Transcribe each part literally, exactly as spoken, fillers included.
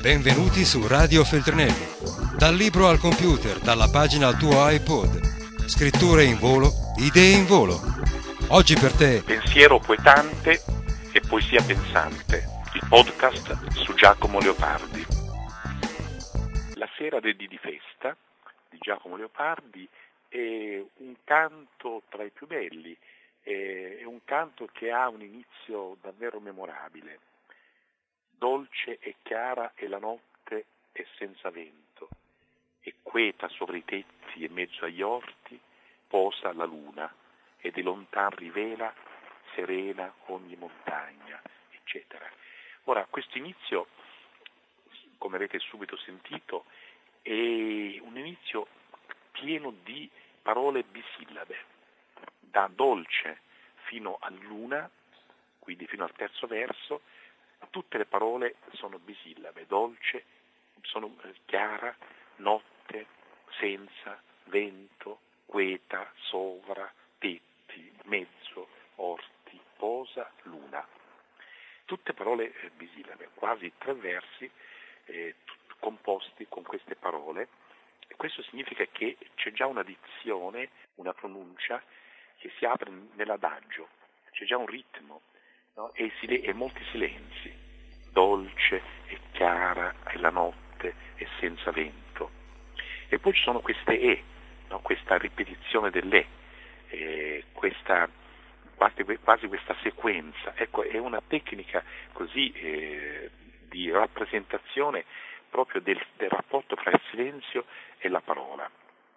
Benvenuti su Radio Feltrinelli. Dal libro al computer, dalla pagina al tuo iPod. Scritture in volo, idee in volo. Oggi per te Pensiero poetante e poesia pensante. Il podcast su Giacomo Leopardi. La sera del dì di festa di Giacomo Leopardi è un canto tra i più belli, è un canto che ha un inizio davvero memorabile. Dolce e chiara è la notte e senza vento, e queta sopra i tetti e mezzo agli orti posa la luna, e di lontan rivela serena ogni montagna, eccetera. Ora, questo inizio, come avete subito sentito, è un inizio pieno di parole bisillabe, da dolce fino a luna, quindi fino al terzo verso. Tutte le parole sono bisillabe: dolce, sono chiara, notte, senza, vento, queta, sovra, tetti, mezzo, orti, posa, luna. Tutte parole eh, bisillabe, quasi tre versi eh, t- composti con queste parole. E questo significa che c'è già una dizione, una pronuncia che si apre nell'adagio, c'è già un ritmo. No? E, sil- e molti silenzi, dolce e chiara è la notte e senza vento. E poi ci sono queste E, no? Questa ripetizione dell'E, eh, questa, quasi, quasi questa sequenza. Ecco, è una tecnica così eh, di rappresentazione proprio del, del rapporto tra il silenzio e la parola.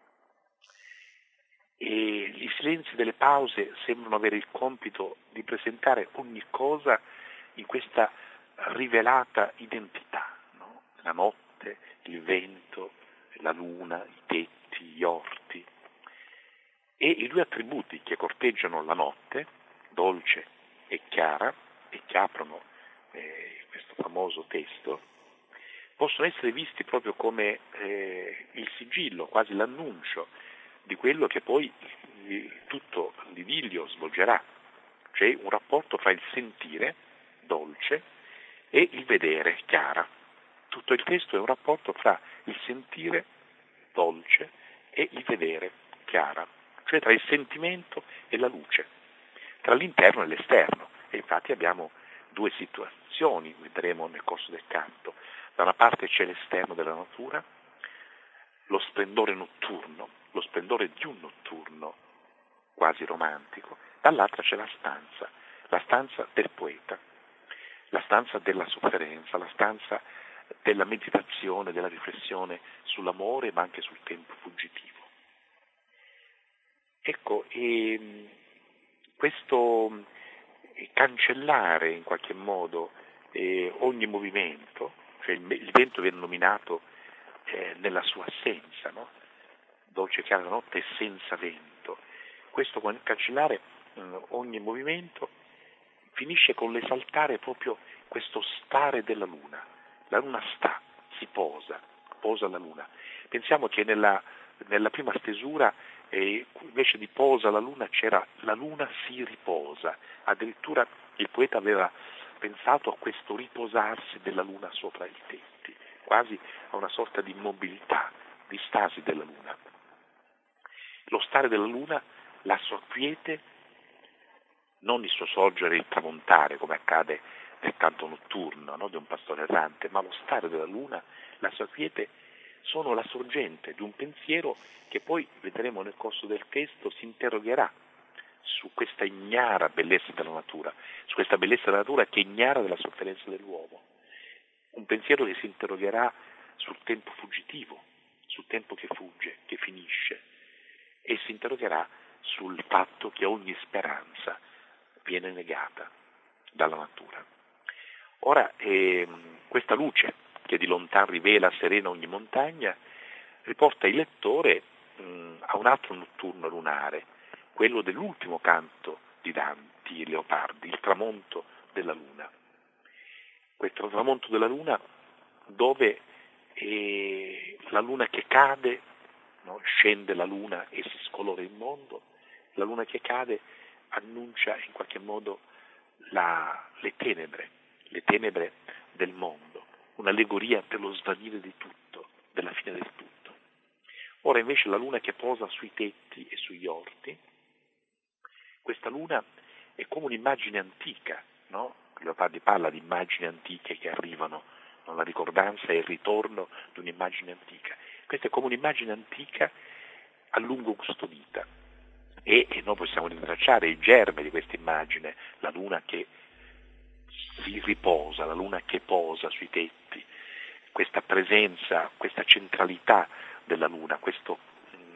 E i silenzi delle pause sembrano avere il compito di presentare ogni cosa in questa rivelata identità, no? La notte, il vento, la luna, i tetti, gli orti. E i due attributi che corteggiano la notte, dolce e chiara, e che aprono eh, questo famoso testo, possono essere visti proprio come eh, il sigillo, quasi l'annuncio di quello che poi tutto l'idillio svolgerà, cioè un rapporto fra il sentire, dolce, e il vedere, chiara. Tutto il testo è un rapporto fra il sentire, dolce, e il vedere, chiara, cioè tra il sentimento e la luce, tra l'interno e l'esterno. E infatti abbiamo due situazioni, vedremo nel corso del canto. Da una parte c'è l'esterno della natura, lo splendore notturno, lo splendore di un notturno quasi romantico, dall'altra c'è la stanza, la stanza del poeta, la stanza della sofferenza, la stanza della meditazione, della riflessione sull'amore, ma anche sul tempo fuggitivo. Ecco, e questo cancellare in qualche modo eh, ogni movimento, cioè il, il vento viene nominato eh, nella sua assenza, no? Dolce chiara la notte e senza vento. Questo cancellare mh, ogni movimento finisce con l'esaltare proprio questo stare della luna. La luna sta, si posa, posa la luna. Pensiamo che nella, nella prima stesura eh, invece di posa la luna c'era la luna si riposa. Addirittura il poeta aveva pensato a questo riposarsi della luna sopra i tetti, quasi a una sorta di immobilità, di stasi della luna. Lo stare della luna la sua quiete, non il suo sorgere e il tramontare come accade nel canto notturno, no, di un pastore errante, ma lo stare della luna, la sua quiete sono la sorgente di un pensiero che poi vedremo nel corso del testo si interrogherà su questa ignara bellezza della natura, su questa bellezza della natura che è ignara della sofferenza dell'uomo. Un pensiero che si interrogherà sul tempo fuggitivo, sul tempo che fugge, che finisce, e si interrogherà sul fatto che ogni speranza viene negata dalla natura. Ora, eh, questa luce che di lontan rivela serena ogni montagna riporta il lettore mh, a un altro notturno lunare, quello dell'ultimo canto di Dante e Leopardi, il tramonto della luna. Questo tramonto della luna dove eh, la luna che cade, no? Scende la luna e si scolora il mondo, la luna che cade annuncia in qualche modo la, le tenebre, le tenebre del mondo, un'allegoria per lo svanire di tutto, della fine del tutto. Ora invece la luna che posa sui tetti e sugli orti, questa luna è come un'immagine antica, no? Leopardi parla di immagini antiche che arrivano, no? La ricordanza e il ritorno di un'immagine antica. Questa è come un'immagine antica a lungo custodita e, e noi possiamo rintracciare il germe di questa immagine, la luna che si riposa, la luna che posa sui tetti, questa presenza, questa centralità della luna, questo, mh,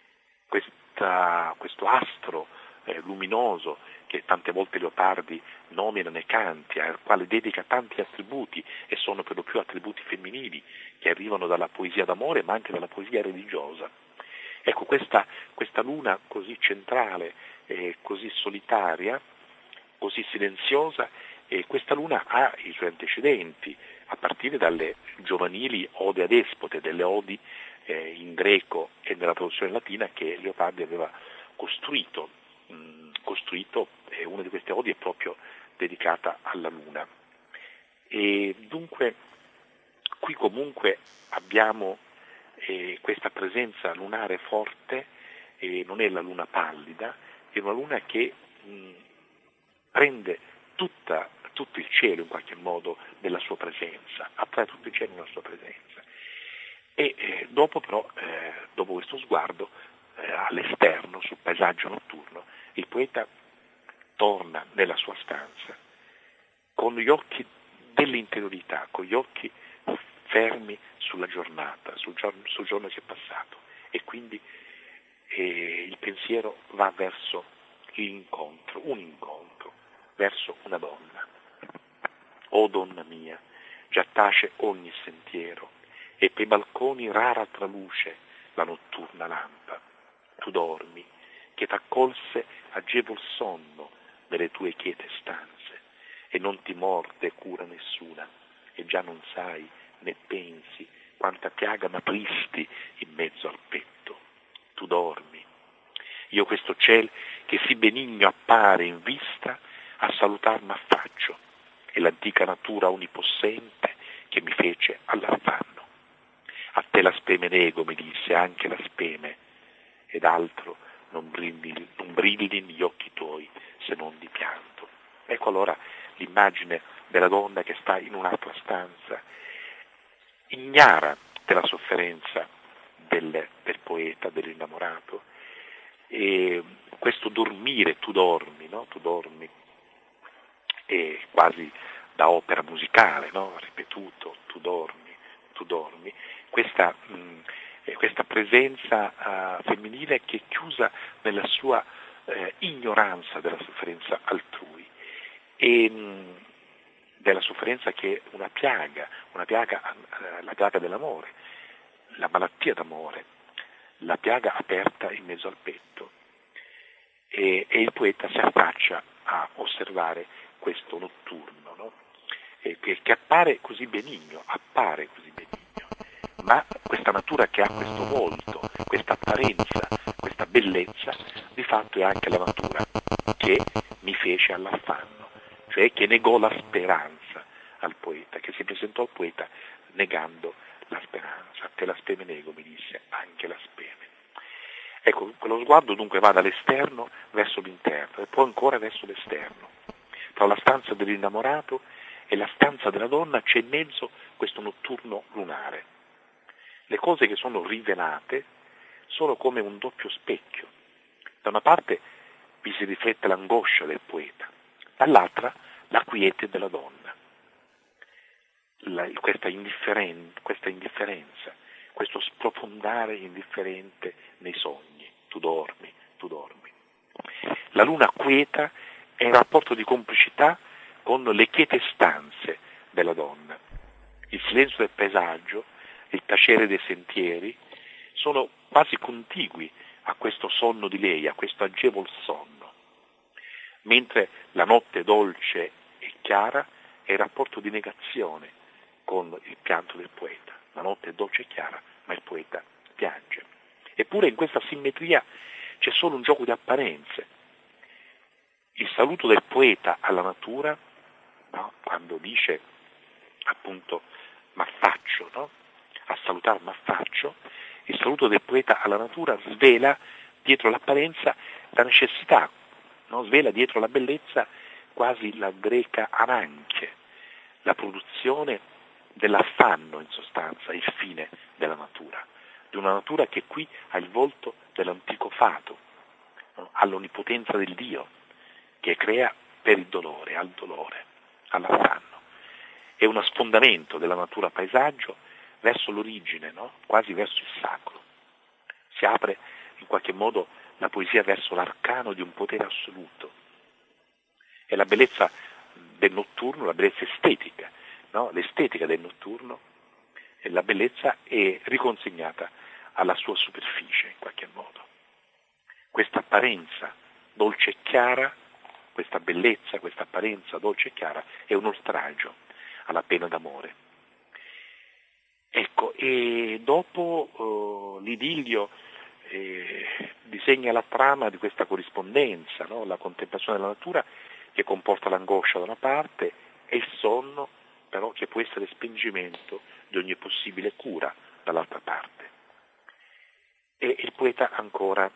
questa, questo astro eh, luminoso che tante volte Leopardi nomina nei canti, al quale dedica tanti attributi e sono per lo più attributi femminili che arrivano dalla poesia d'amore ma anche dalla poesia religiosa. Ecco, questa, questa luna così centrale, eh, così solitaria, così silenziosa, eh, questa luna ha i suoi antecedenti, a partire dalle giovanili ode ad Espote, delle odi eh, in greco e nella traduzione latina che Leopardi aveva costruito. Mh, costruito eh, una di queste odi è proprio dedicata alla luna. E dunque qui comunque abbiamo eh, questa presenza lunare forte, e non è la luna pallida, è una luna che mh, prende tutta, tutto il cielo in qualche modo nella sua presenza, attrae tutto il cielo nella sua presenza. E eh, dopo però, eh, dopo questo sguardo eh, all'esterno, sul paesaggio notturno, il poeta torna nella sua stanza con gli occhi dell'interiorità, con gli occhi fermi sulla giornata, sul giorno, sul giorno che è passato, e quindi eh, il pensiero va verso l'incontro, un incontro, verso una donna. O donna mia, già tace ogni sentiero, e pei balconi rara traluce la notturna lampa. Tu dormi, che t'accolse agevol sonno nelle tue quiete stanze, e non ti morde cura nessuna, e già non sai né pensi quanta piaga m'apristi in mezzo al petto. Tu dormi. Io questo ciel che sì benigno appare in vista, a salutar m'affaccio, e l'antica natura onnipossente che mi fece all'affanno. A te la speme nego, mi disse, anche la speme, ed altro non brillino non brillin gli occhi tuoi se non di pianto. Ecco allora l'immagine della donna che sta in un'altra stanza, ignara della sofferenza del, del poeta, dell'innamorato, e questo dormire, tu dormi, no? Tu dormi, è quasi da opera musicale, no? Ripetuto, tu dormi, tu dormi, questa, mh, questa presenza uh, femminile che è chiusa nella sua uh, ignoranza della sofferenza altrui e mh, della sofferenza che è una piaga, una piaga, uh, la piaga dell'amore, la malattia d'amore, la piaga aperta in mezzo al petto. E, e il poeta si affaccia a osservare questo notturno, no? e, che, che appare così benigno, appare così benigno, ma questa natura che ha questo volto, questa apparenza, questa bellezza, di fatto è anche la natura che mi fece all'affanno, cioè che negò la speranza al poeta, che si presentò al poeta negando la speranza. Te la speme nego, mi disse, anche la speme. Ecco, quello sguardo dunque va dall'esterno verso l'interno e poi ancora verso l'esterno. Tra la stanza dell'innamorato e la stanza della donna c'è in mezzo questo notturno lunare. Le cose che sono rivelate sono come un doppio specchio. Da una parte vi si riflette l'angoscia del poeta, dall'altra la quiete della donna. La, questa, indifferen- questa indifferenza, questo sprofondare indifferente nei sogni. Tu dormi, tu dormi. La luna quieta è in rapporto di complicità con le quiete stanze della donna. Il silenzio del paesaggio, il tacere dei sentieri sono quasi contigui a questo sonno di lei, a questo agevol sonno. Mentre la notte dolce e chiara è il rapporto di negazione con il pianto del poeta. La notte è dolce e chiara, ma il poeta piange. Eppure in questa simmetria c'è solo un gioco di apparenze. Il saluto del poeta alla natura, no? Quando dice appunto Maffaccio, no? A salutare Maffaccio, il saluto del poeta alla natura svela dietro l'apparenza la necessità, no? Svela dietro la bellezza quasi la greca ananche, la produzione dell'affanno in sostanza, il fine della natura, di una natura che qui ha il volto dell'antico fato, no? All'onnipotenza del Dio, che crea per il dolore, al dolore, all'affanno. È uno sfondamento della natura paesaggio verso l'origine, no? Quasi verso il sacro. Si apre in qualche modo la poesia verso l'arcano di un potere assoluto. È la bellezza del notturno, la bellezza estetica, no? L'estetica del notturno, e la bellezza è riconsegnata alla sua superficie in qualche modo. Questa apparenza dolce e chiara, questa bellezza, questa apparenza dolce e chiara è un oltraggio alla pena d'amore. Ecco, e dopo uh, l'idillio eh, disegna la trama di questa corrispondenza, no? La contemplazione della natura che comporta l'angoscia da una parte e il sonno però che può essere spingimento di ogni possibile cura dall'altra parte. E il poeta ancora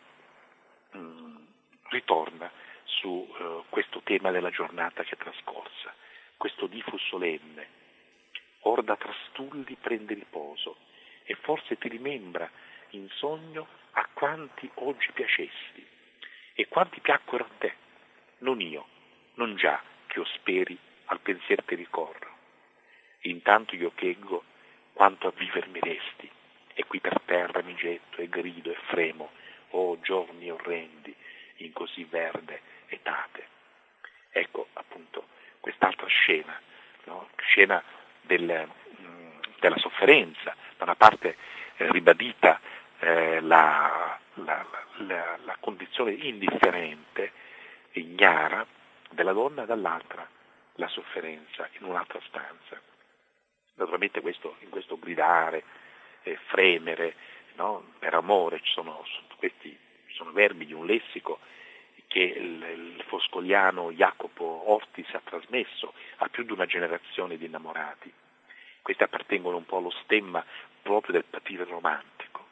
mh, ritorna su uh, questo tema della giornata che è trascorsa, questo difus solenne. Or da trastulli prende riposo e forse ti rimembra in sogno a quanti oggi piacesti e quanti piacquero a te, non io, non già che io speri al pensier te ricorro. Intanto io cheggo quanto a viver mi resti e qui per terra mi getto e grido e fremo, oh giorni orrendi in così verde etate. Ecco appunto quest'altra scena, no? Scena del, della sofferenza, da una parte eh, ribadita eh, la, la, la, la condizione indifferente, ignara della donna, dall'altra la sofferenza in un'altra stanza. Naturalmente questo, in questo gridare, eh, fremere, no? Per amore, ci sono, questi sono verbi di un lessico che il, il foscoliano Jacopo Ortis ha trasmesso a più di una generazione di innamorati. Questi appartengono un po' allo stemma proprio del patire romantico.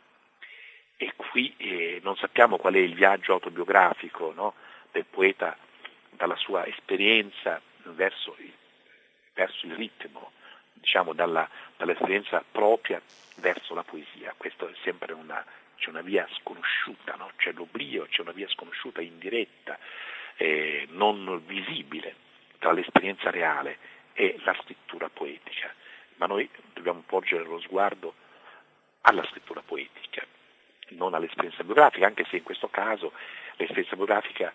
E qui eh, non sappiamo qual è il viaggio autobiografico, no? Del poeta dalla sua esperienza verso il, verso il ritmo, diciamo dalla, dall'esperienza propria verso la poesia. Questo è sempre una, c'è una via sconosciuta, no? C'è l'oblio, c'è una via sconosciuta, indiretta, eh, non visibile tra l'esperienza reale e la scrittura poetica. Ma noi dobbiamo porgere lo sguardo alla scrittura poetica, non all'esperienza biografica, anche se in questo caso l'esperienza biografica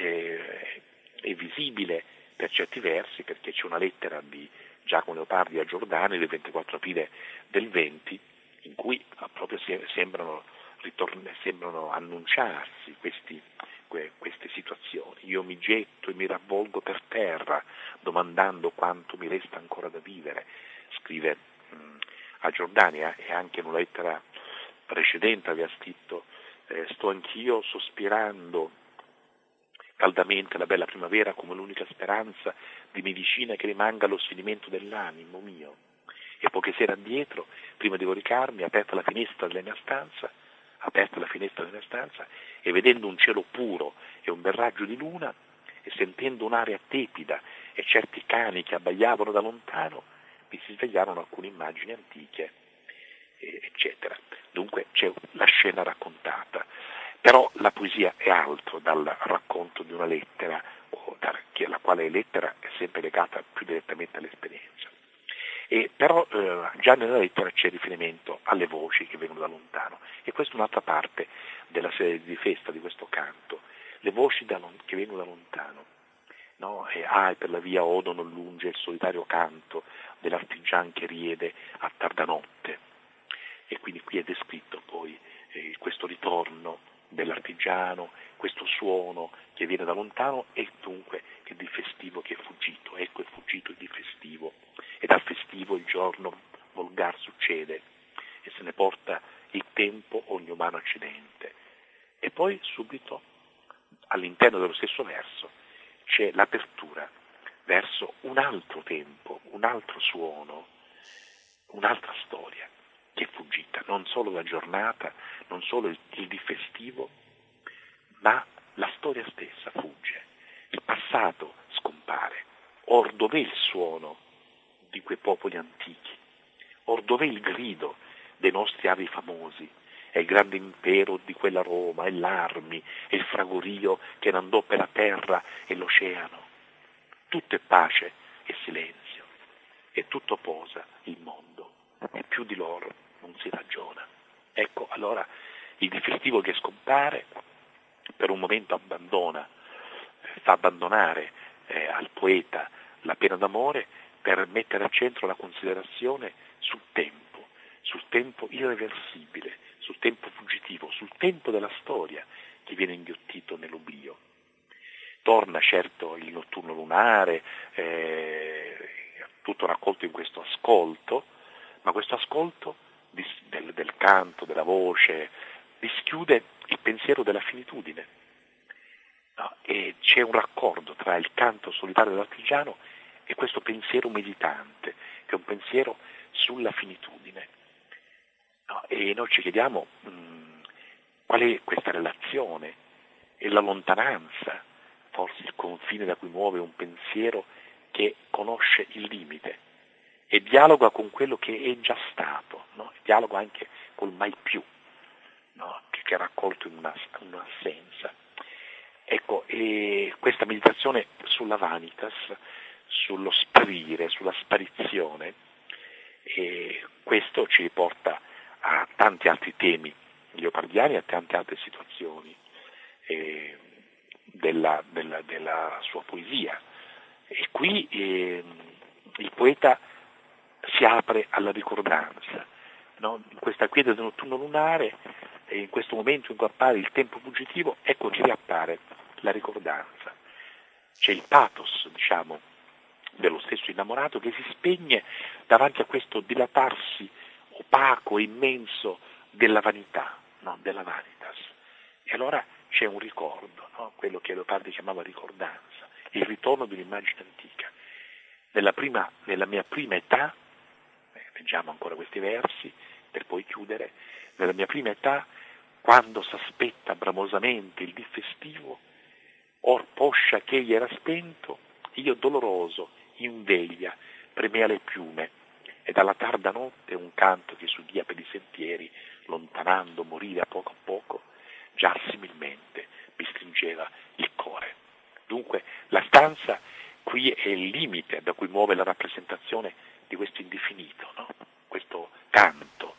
è, è visibile per certi versi, perché c'è una lettera di Giacomo Leopardi a Giordani del ventiquattro aprile del venti, in cui proprio sembrano, ritorn- sembrano annunciarsi questi, que- queste situazioni. Io mi getto e mi ravvolgo per terra, domandando quanto mi resta ancora da vivere, scrive mh, a Giordani, eh, e anche in una lettera precedente aveva scritto eh, sto anch'io sospirando caldamente la bella primavera come l'unica speranza di medicina che rimanga allo sfinimento dell'animo mio. E poche sere addietro, prima di coricarmi, aperta la finestra della mia stanza, aperta la finestra della mia stanza e vedendo un cielo puro e un bel raggio di luna e sentendo un'aria tepida e certi cani che abbaiavano da lontano, mi si svegliarono alcune immagini antiche, eccetera. Dunque c'è la scena raccontata, però la poesia è altro dal racconto di una lettera, o da, che la quale lettera è sempre legata più direttamente all'esperienza. E però eh, già nella lettera c'è riferimento alle voci che vengono da lontano, e questa è un'altra parte della serie di festa di questo canto, le voci da, che vengono da lontano. No? E ah, per la via odo non lunge il solitario canto dell'artigian che riede a tarda notte. E quindi qui è descritto poi eh, questo ritorno dell'artigiano, questo suono che viene da lontano e dunque il di festivo che è fuggito. Ecco è fuggito il di festivo, e dal festivo il giorno volgar succede e se ne porta il tempo ogni umano accidente. E poi subito all'interno dello stesso verso c'è l'apertura verso un altro tempo, un altro suono, un'altra storia che è fuggita, non solo la giornata, non solo il, il dì festivo, ma la storia stessa fugge, il passato scompare. Or dov'è il suono di quei popoli antichi? Or dov'è il grido dei nostri avi famosi? È il grande impero di quella Roma, è l'armi, è il fragorio che andò per la terra e l'oceano. Tutto è pace e silenzio, e tutto posa il mondo, e più di loro non si ragiona. Ecco, allora il dì festivo che scompare, per un momento abbandona, fa abbandonare eh, al poeta la pena d'amore per mettere al centro la considerazione sul tempo, sul tempo irreversibile, sul tempo fuggitivo, sul tempo della storia che viene inghiottito nell'oblio. Torna certo il notturno lunare, eh, tutto raccolto in questo ascolto, ma questo ascolto di, del, del canto, della voce, dischiude il pensiero della finitudine. No? E c'è un raccordo tra il canto solitario dell'artigiano e questo pensiero meditante, che è un pensiero sulla finitudine. No? E noi ci chiediamo mh, qual è questa relazione e la lontananza, forse il confine da cui muove un pensiero che conosce il limite e dialoga con quello che è già stato, no? Dialoga anche col mai più, no? che, che è raccolto in una, un'assenza. Ecco, e questa meditazione sulla vanitas, sullo sparire, sulla sparizione, e questo ci riporta a tanti altri temi leopardiani e a tante altre situazioni eh, della, della, della sua poesia. E qui eh, il poeta si apre alla ricordanza, no? In questa quiete del notturno lunare, e in questo momento in cui appare il tempo fuggitivo, ecco che riappare la ricordanza. C'è il pathos, diciamo, dello stesso innamorato che si spegne davanti a questo dilatarsi opaco e immenso della vanità, no? Della vanitas. E allora c'è un ricordo, no? Quello che Leopardi chiamava ricordanza, il ritorno di un'immagine antica. Nella, prima, nella mia prima età, eh, leggiamo ancora questi versi per poi chiudere, nella mia prima età, quando s'aspetta bramosamente il dì festivo, or poscia che egli era spento, io doloroso, in veglia, premea le piume, e dalla tarda notte un canto che sudia per i sentieri, lontanando morire a poco a poco, già similmente mi stringeva il cuore. Dunque la stanza qui è il limite da cui muove la rappresentazione di questo indefinito, no? Questo canto,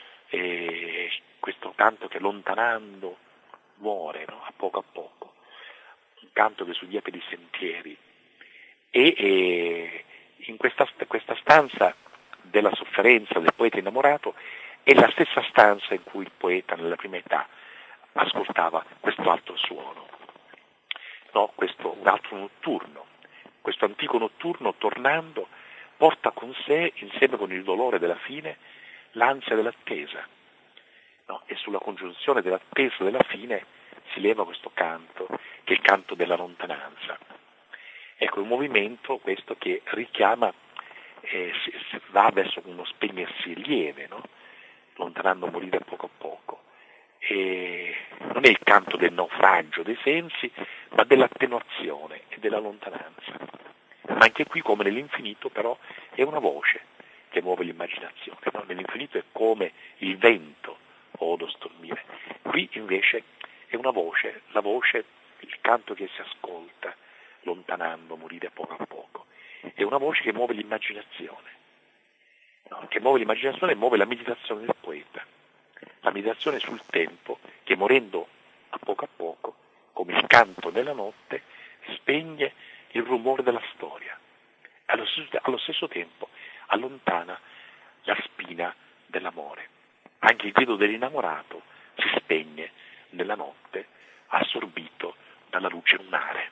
e questo canto che lontanando muore, no? A poco a poco, un canto che sudia per i sentieri. E, e in questa, questa stanza della sofferenza del poeta innamorato è la stessa stanza in cui il poeta nella prima età ascoltava questo altro suono, no? Questo un altro notturno, questo antico notturno tornando porta con sé, insieme con il dolore della fine, l'ansia dell'attesa, no? E sulla congiunzione dell'attesa della fine si leva questo canto, che è il canto della lontananza. Ecco, un movimento questo che richiama, eh, si, si va verso uno spegnersi lieve, no? Lontanando morire a poco a poco. E non è il canto del naufragio dei sensi, ma dell'attenuazione e della lontananza. Ma anche qui, come nell'infinito, però, è una voce che muove l'immaginazione, no? Nell'infinito è come il vento, odo stormire. Qui invece è una voce, la voce, il canto che si ascolta, lontanando, morire a poco a poco. È una voce che muove l'immaginazione, no? Che muove l'immaginazione e muove la meditazione del poeta. La meditazione sul tempo che, morendo a poco a poco, come il canto della notte, spegne il rumore della storia. Allo stesso, allo stesso tempo allontana la spina dell'amore. Anche il grido dell'innamorato si spegne nella notte, assorbito dalla luce lunare.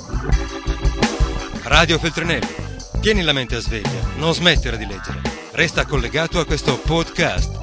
Radio Feltrinelli, tieni la mente a sveglia, non smettere di leggere. Resta collegato a questo podcast.